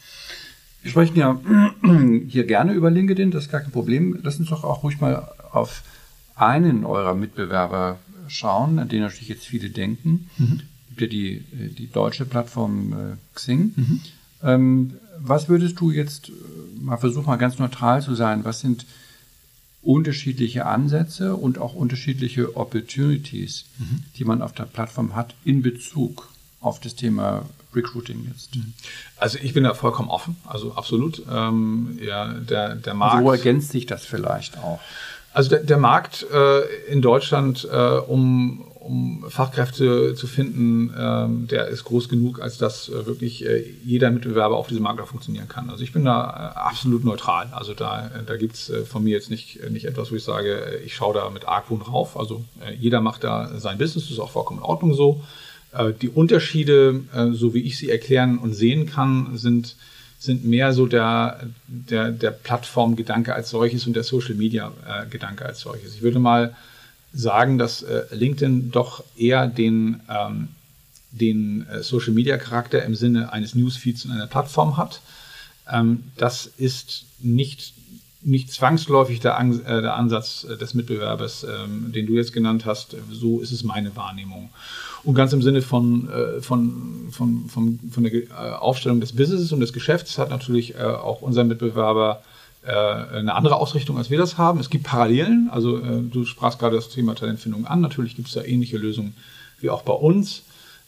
Wir sprechen ja hier gerne über LinkedIn, das ist gar kein Problem. Lass uns doch auch ruhig mal auf einen eurer Mitbewerber schauen, an den natürlich jetzt viele denken. Mhm. Es gibt ja die, die deutsche Plattform äh, Xing. Mhm. Ähm, was würdest du jetzt, mal versuch mal ganz neutral zu sein, was sind unterschiedliche Ansätze und auch unterschiedliche Opportunities, mhm. die man auf der Plattform hat in Bezug auf das Thema Recruiting jetzt? Also ich bin da vollkommen offen, also absolut. Ähm, ja, der, der Markt. Also wo ergänzt sich das vielleicht auch? Also der, der Markt äh, in Deutschland, äh, um, um Fachkräfte zu finden, ähm, der ist groß genug, als dass äh, wirklich äh, jeder Mitbewerber auf diesem Markt auch funktionieren kann. Also ich bin da äh, absolut neutral. Also da, da gibt es äh, von mir jetzt nicht, nicht etwas, wo ich sage, ich schaue da mit Argwohn drauf. Also äh, jeder macht da sein Business, das ist auch vollkommen in Ordnung so. Äh, die Unterschiede, äh, so wie ich sie erklären und sehen kann, sind sind mehr so der, der, der Plattformgedanke als solches und der Social-Media-Gedanke als solches. Ich würde mal sagen, dass äh, LinkedIn doch eher den, ähm, den äh, Social-Media-Charakter im Sinne eines Newsfeeds und einer Plattform hat. Ähm, das ist nicht, nicht zwangsläufig der, An äh, der Ansatz des Mitbewerbers, ähm, den du jetzt genannt hast. So ist es meine Wahrnehmung. Und ganz im Sinne von, von, von, von, von der Aufstellung des Businesses und des Geschäfts hat natürlich auch unser Mitbewerber eine andere Ausrichtung, als wir das haben. Es gibt Parallelen, also du sprachst gerade das Thema Talentfindung an, natürlich gibt es da ähnliche Lösungen wie auch bei uns,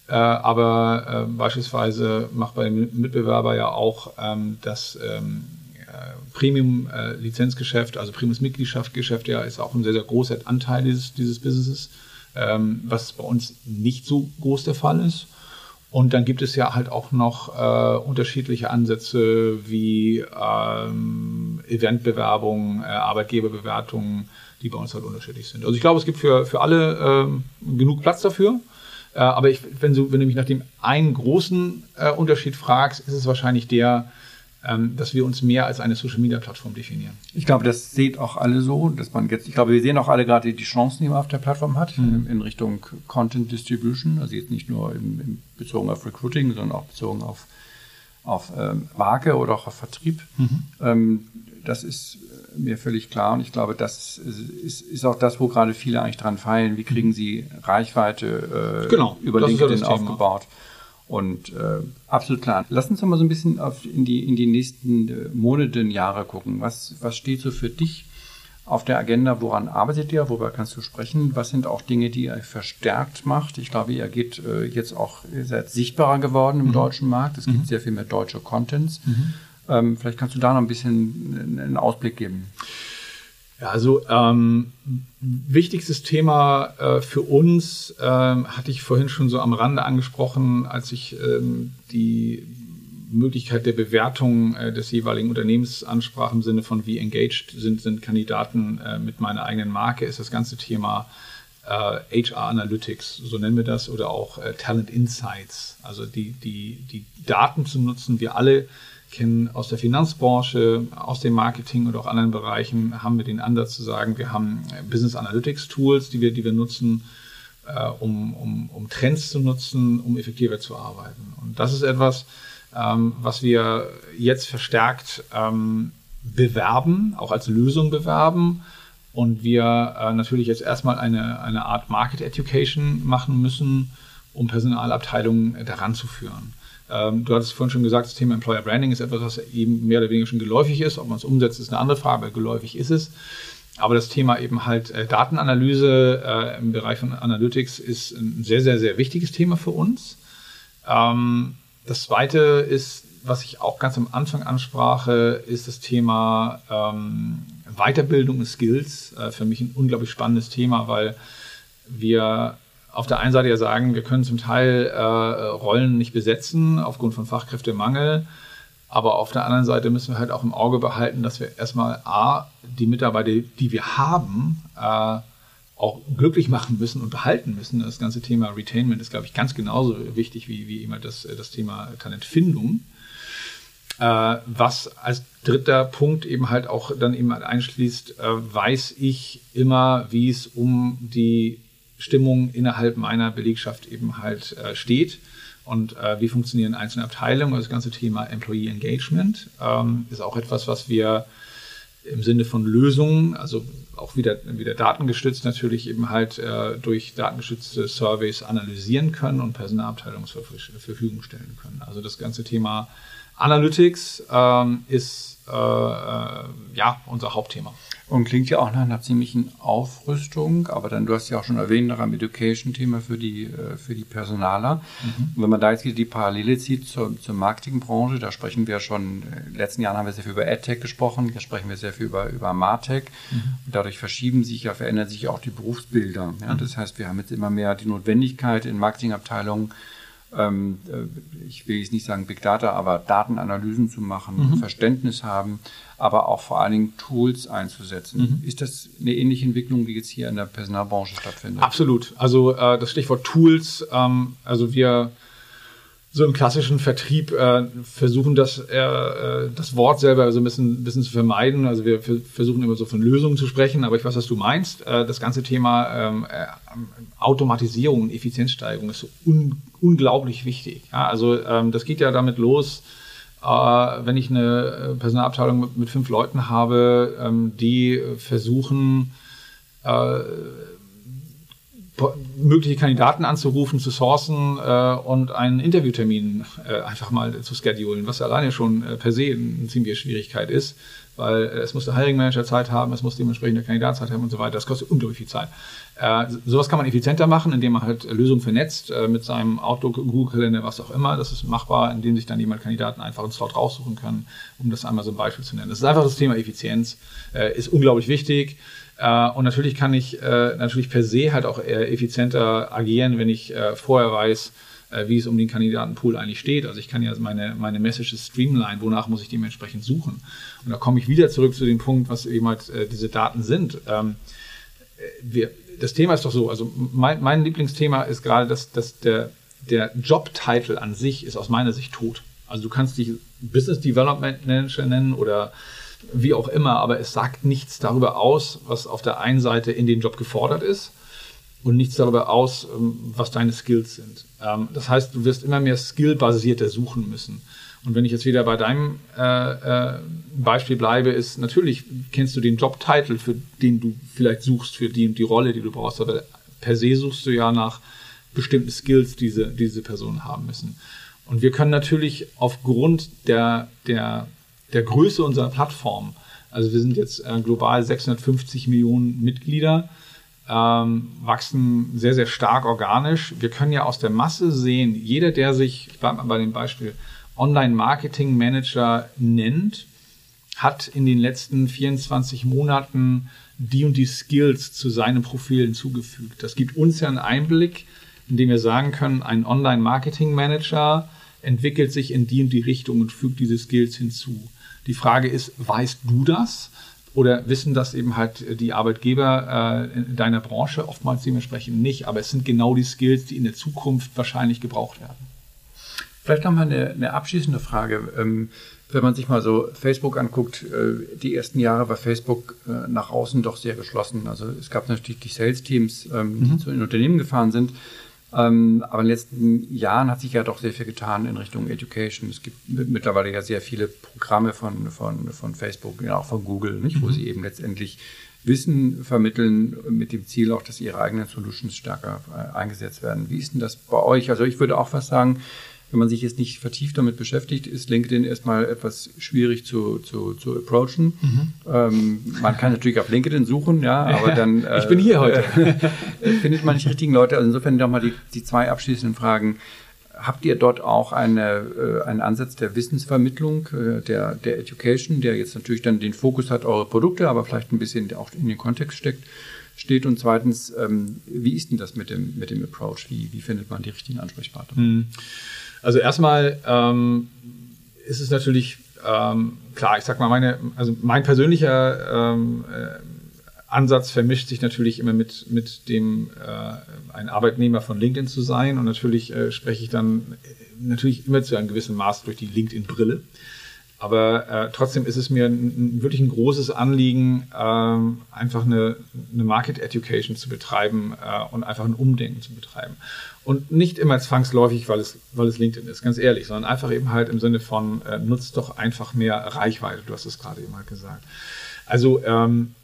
aber beispielsweise macht bei dem Mitbewerber ja auch das Premium-Lizenzgeschäft, also Premium-Mitgliedschaftsgeschäft, ja, ist auch ein sehr, sehr großer Anteil dieses, dieses Businesses. Ähm, was bei uns nicht so groß der Fall ist. Und dann gibt es ja halt auch noch äh, unterschiedliche Ansätze wie ähm, Eventbewerbung, äh, Arbeitgeberbewertungen, die bei uns halt unterschiedlich sind. Also ich glaube, es gibt für, für alle ähm, genug Platz dafür. Äh, aber ich, wenn, du, wenn du mich nach dem einen großen äh, Unterschied fragst, ist es wahrscheinlich der, dass wir uns mehr als eine Social-Media-Plattform definieren. Ich glaube, das seht auch alle so, dass man jetzt, ich glaube, wir sehen auch alle gerade die Chancen, die man auf der Plattform hat, mhm. in Richtung Content Distribution, also jetzt nicht nur im, im bezogen auf Recruiting, sondern auch bezogen auf, auf ähm, Marke oder auch auf Vertrieb. Mhm. Ähm, das ist mir völlig klar und ich glaube, das ist, ist auch das, wo gerade viele eigentlich dran feilen. Wie kriegen sie Reichweite äh, genau, über LinkedIn ja aufgebaut? Und äh, absolut klar. Lass uns doch mal so ein bisschen auf, in, die, in die nächsten äh, Monate, Jahre gucken. Was, was steht so für dich auf der Agenda? Woran arbeitet ihr? Worüber kannst du sprechen? Was sind auch Dinge, die ihr verstärkt macht? Ich glaube, ihr geht äh, jetzt auch, ihr seid sichtbarer geworden im mhm. deutschen Markt. Es gibt mhm. sehr viel mehr deutsche Contents. Mhm. Ähm, vielleicht kannst du da noch ein bisschen einen Ausblick geben. Ja, also ähm, wichtigstes Thema äh, für uns ähm, hatte ich vorhin schon so am Rande angesprochen, als ich ähm, die Möglichkeit der Bewertung äh, des jeweiligen Unternehmens ansprach, im Sinne von wie engaged sind, sind Kandidaten äh, mit meiner eigenen Marke, ist das ganze Thema äh, H R Analytics, so nennen wir das, oder auch äh, Talent Insights, also die, die, die Daten zu nutzen. Wir alle kennen aus der Finanzbranche, aus dem Marketing oder auch anderen Bereichen, haben wir den Ansatz zu sagen, wir haben Business Analytics Tools, die wir, die wir nutzen, äh, um, um, um Trends zu nutzen, um effektiver zu arbeiten. Und das ist etwas, ähm, was wir jetzt verstärkt ähm, bewerben, auch als Lösung bewerben. Und wir äh, natürlich jetzt erstmal eine, eine Art Market Education machen müssen, um Personalabteilungen daran zu führen. Ähm, du hattest vorhin schon gesagt, das Thema Employer Branding ist etwas, was eben mehr oder weniger schon geläufig ist. Ob man es umsetzt, ist eine andere Frage, aber geläufig ist es. Aber das Thema eben halt äh, Datenanalyse äh, im Bereich von Analytics ist ein sehr, sehr, sehr wichtiges Thema für uns. Ähm, das Zweite ist, was ich auch ganz am Anfang ansprach, ist das Thema ähm, Weiterbildung und Skills. Äh, für mich ein unglaublich spannendes Thema, weil wir auf der einen Seite ja sagen, wir können zum Teil äh, Rollen nicht besetzen aufgrund von Fachkräftemangel, aber auf der anderen Seite müssen wir halt auch im Auge behalten, dass wir erstmal A, die Mitarbeiter, die wir haben, äh, auch glücklich machen müssen und behalten müssen. Das ganze Thema Retainment ist, glaube ich, ganz genauso wichtig wie, wie immer das, das Thema Talentfindung. Äh, was als dritter Punkt eben halt auch dann eben einschließt, äh, weiß ich immer, wie es um die Stimmung innerhalb meiner Belegschaft eben halt äh, steht und äh, wie funktionieren einzelne Abteilungen. Also das ganze Thema Employee Engagement ähm, ist auch etwas, was wir im Sinne von Lösungen, also auch wieder, wieder datengestützt natürlich eben halt äh, durch datengestützte Surveys analysieren können und Personalabteilungen zur Verfügung stellen können. Also das ganze Thema Analytics ähm, ist äh, äh, ja unser Hauptthema. Und klingt ja auch nach einer ziemlichen Aufrüstung, aber dann, du hast ja auch schon erwähnt, nach einem Education-Thema für die, für die Personaler. Mhm. Und wenn man da jetzt wieder die Parallele zieht zur, zur Marketingbranche, da sprechen wir schon, in den letzten Jahren haben wir sehr viel über AdTech gesprochen, jetzt sprechen wir sehr viel über, über MarTech. Mhm. Und dadurch verschieben sich ja, verändern sich auch die Berufsbilder. Ja? Mhm. Das heißt, wir haben jetzt immer mehr die Notwendigkeit in Marketingabteilungen, ähm, ich will jetzt nicht sagen Big Data, aber Datenanalysen zu machen, mhm. Verständnis haben, aber auch vor allen Dingen Tools einzusetzen. Mhm. Ist das eine ähnliche Entwicklung, die jetzt hier in der Personalbranche stattfindet? Absolut. Also äh, das Stichwort Tools, ähm, also wir so im klassischen Vertrieb äh, versuchen das, äh, das Wort selber so ein bisschen, ein bisschen zu vermeiden. Also wir f- versuchen immer so von Lösungen zu sprechen, aber ich weiß, was du meinst. Äh, das ganze Thema ähm, äh, Automatisierung und Effizienzsteigerung ist so un- unglaublich wichtig. Ja, also ähm, das geht ja damit los, wenn ich eine Personalabteilung mit, mit fünf Leuten habe, ähm, die versuchen, äh, mögliche Kandidaten anzurufen, zu sourcen äh, und einen Interviewtermin äh, einfach mal zu schedulen, was alleine schon äh, per se eine ziemliche Schwierigkeit ist, weil äh, es muss der Hiring Manager Zeit haben, es muss dementsprechend der Kandidat Zeit haben und so weiter. Das kostet unglaublich viel Zeit. Äh, sowas kann man effizienter machen, indem man halt Lösungen vernetzt äh, mit seinem Outlook, Google-Kalender, was auch immer. Das ist machbar, indem sich dann jemand Kandidaten einfach einen Slot raussuchen kann, um das einmal so ein Beispiel zu nennen. Das ist einfach das Thema Effizienz, äh, ist unglaublich wichtig. Uh, und natürlich kann ich uh, natürlich per se halt auch uh, effizienter agieren, wenn ich uh, vorher weiß, uh, wie es um den Kandidatenpool eigentlich steht. Also ich kann ja meine, meine Messages streamline, wonach muss ich dementsprechend suchen. Und da komme ich wieder zurück zu dem Punkt, was eben halt uh, diese Daten sind. Um, wir, das Thema ist doch so, also mein, mein Lieblingsthema ist gerade, dass, dass der, der Jobtitel an sich ist aus meiner Sicht tot. Also du kannst dich Business Development Manager nennen oder wie auch immer, aber es sagt nichts darüber aus, was auf der einen Seite in den Job gefordert ist und nichts darüber aus, was deine Skills sind. Das heißt, du wirst immer mehr skillbasierter suchen müssen. Und wenn ich jetzt wieder bei deinem äh, äh, Beispiel bleibe, ist natürlich, kennst du den Jobtitel, für den du vielleicht suchst, für die, die Rolle, die du brauchst, aber per se suchst du ja nach bestimmten Skills, die diese, diese Personen haben müssen. Und wir können natürlich aufgrund der, der der Größe unserer Plattform, also wir sind jetzt äh, global sechshundertfünfzig Millionen Mitglieder, ähm, wachsen sehr, sehr stark organisch. Wir können ja aus der Masse sehen, jeder, der sich, ich bleibe mal bei dem Beispiel, Online-Marketing-Manager nennt, hat in den letzten vierundzwanzig Monaten die und die Skills zu seinem Profil hinzugefügt. Das gibt uns ja einen Einblick, indem wir sagen können, ein Online-Marketing-Manager entwickelt sich in die und die Richtung und fügt diese Skills hinzu. Die Frage ist, weißt du das? oder wissen das eben halt die Arbeitgeber äh, in deiner Branche oftmals dementsprechend nicht. Aber es sind genau die Skills, die in der Zukunft wahrscheinlich gebraucht werden. Vielleicht noch mal eine, eine abschließende Frage. Ähm, wenn man sich mal so Facebook anguckt, äh, die ersten Jahre war Facebook äh, nach außen doch sehr geschlossen. Also es gab natürlich die Sales-Teams, ähm, die mhm. zu den Unternehmen gefahren sind. Ähm, aber in den letzten Jahren hat sich ja doch sehr viel getan in Richtung Education. Es gibt mittlerweile ja sehr viele Programme von, von, von Facebook, ja auch von Google, nicht, wo mhm. sie eben letztendlich Wissen vermitteln mit dem Ziel auch, dass ihre eigenen Solutions stärker äh, eingesetzt werden. Wie ist denn das bei euch? Also ich würde auch was sagen, wenn man sich jetzt nicht vertieft damit beschäftigt, ist LinkedIn erstmal etwas schwierig zu, zu, zu approachen. Mhm. Ähm, man kann natürlich auf LinkedIn suchen, ja, aber dann äh, ich bin hier heute. Äh, findet man nicht die richtigen Leute. Also insofern nochmal die, die zwei abschließenden Fragen. Habt ihr dort auch eine, äh, einen Ansatz der Wissensvermittlung, äh, der, der Education, der jetzt natürlich dann den Fokus hat, eure Produkte, aber vielleicht ein bisschen auch in den Kontext steckt, steht? Und zweitens, ähm, wie ist denn das mit dem, mit dem Approach? Wie, wie findet man die richtigen Ansprechpartner? Mhm. Also erstmal ähm, ist es natürlich ähm, klar, ich sag mal, meine, also mein persönlicher ähm, äh, Ansatz vermischt sich natürlich immer mit, mit dem, äh, ein Arbeitnehmer von LinkedIn zu sein, und natürlich äh, spreche ich dann natürlich immer zu einem gewissen Maß durch die LinkedIn-Brille. Aber äh, trotzdem ist es mir ein, wirklich ein großes Anliegen, ähm, einfach eine, eine Market Education zu betreiben äh, und einfach ein Umdenken zu betreiben. Und nicht immer zwangsläufig, weil es, weil es LinkedIn ist, ganz ehrlich, sondern einfach eben halt im Sinne von, äh, nutzt doch einfach mehr Reichweite. Du hast es gerade eben halt gesagt. Also, ähm,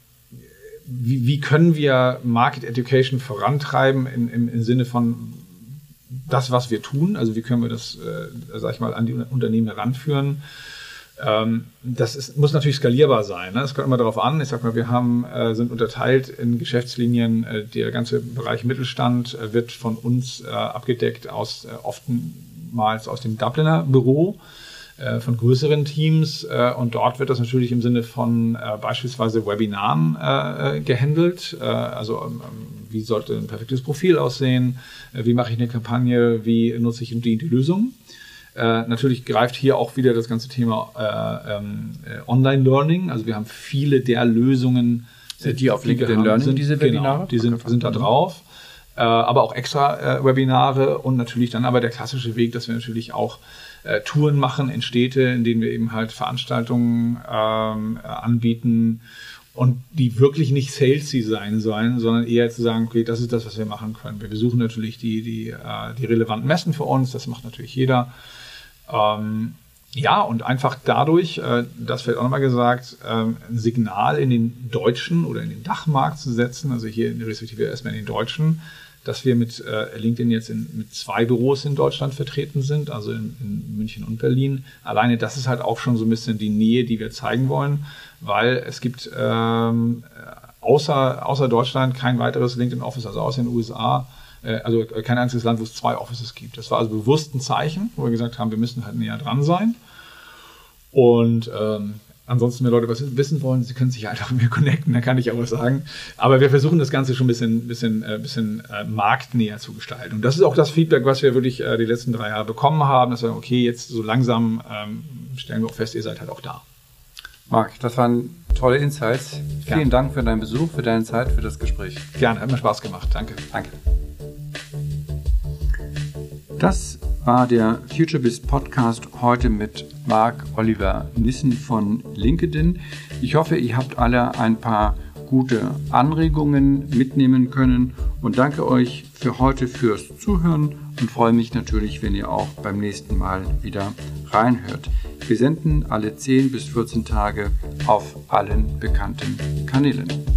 wie, wie können wir Market Education vorantreiben in, im, im Sinne von das, was wir tun? Also wie können wir das, äh, sag ich mal, an die Unternehmen heranführen? Ähm, das ist, muss natürlich skalierbar sein. Ne? Das kommt immer darauf an. Ich sag mal, wir haben, äh, sind unterteilt in Geschäftslinien. Äh, der ganze Bereich Mittelstand äh, wird von uns äh, abgedeckt aus, äh, oftmals aus dem Dubliner Büro, äh, von größeren Teams. Äh, und dort wird das natürlich im Sinne von äh, beispielsweise Webinaren äh, gehandelt. Äh, also ähm, wie sollte ein perfektes Profil aussehen? Äh, wie mache ich eine Kampagne? Wie nutze ich die, die Lösung? Äh, natürlich greift hier auch wieder das ganze Thema äh, ähm, äh, Online-Learning. Also wir haben viele der Lösungen, sind die auf LinkedIn Learning, sind, diese Webinare? Genau, die sind, sind da drauf. Äh, aber auch extra äh, Webinare, und natürlich dann aber der klassische Weg, dass wir natürlich auch äh, Touren machen in Städte, in denen wir eben halt Veranstaltungen ähm, äh, anbieten, und die wirklich nicht salesy sein sollen, sondern eher zu sagen, okay, das ist das, was wir machen können. Wir besuchen natürlich die, die, äh, die relevanten Messen für uns, das macht natürlich jeder. Ähm, ja, und einfach dadurch, äh, das wird auch nochmal gesagt, ähm, ein Signal in den deutschen oder in den Dachmarkt zu setzen, also hier in, respektive erstmal in den deutschen, dass wir mit äh, LinkedIn jetzt in, mit zwei Büros in Deutschland vertreten sind, also in, in München und Berlin. Alleine das ist halt auch schon so ein bisschen die Nähe, die wir zeigen wollen, weil es gibt ähm, außer, außer Deutschland kein weiteres LinkedIn-Office, also außer in den U S A, also kein einziges Land, wo es zwei Offices gibt. Das war also bewusst ein Zeichen, wo wir gesagt haben, wir müssen halt näher dran sein. Und ähm, ansonsten, wenn Leute was wissen wollen, sie können sich einfach mit mir connecten, da kann ich auch was sagen. Aber wir versuchen das Ganze schon ein bisschen, bisschen, äh, bisschen äh, marktnäher zu gestalten. Und das ist auch das Feedback, was wir wirklich äh, die letzten drei Jahre bekommen haben, dass wir sagen, okay, jetzt so langsam ähm, stellen wir auch fest, ihr seid halt auch da. Marc, das waren tolle Insights. Vielen ja. Dank für deinen Besuch, für deine Zeit, für das Gespräch. Gerne, hat mir Spaß gemacht. Danke. Danke. Das war der FutureBiz Podcast heute mit Marc Oliver Nissen von LinkedIn. Ich hoffe, ihr habt alle ein paar gute Anregungen mitnehmen können, und danke euch für heute fürs Zuhören und freue mich natürlich, wenn ihr auch beim nächsten Mal wieder reinhört. Wir senden alle zehn bis vierzehn Tage auf allen bekannten Kanälen.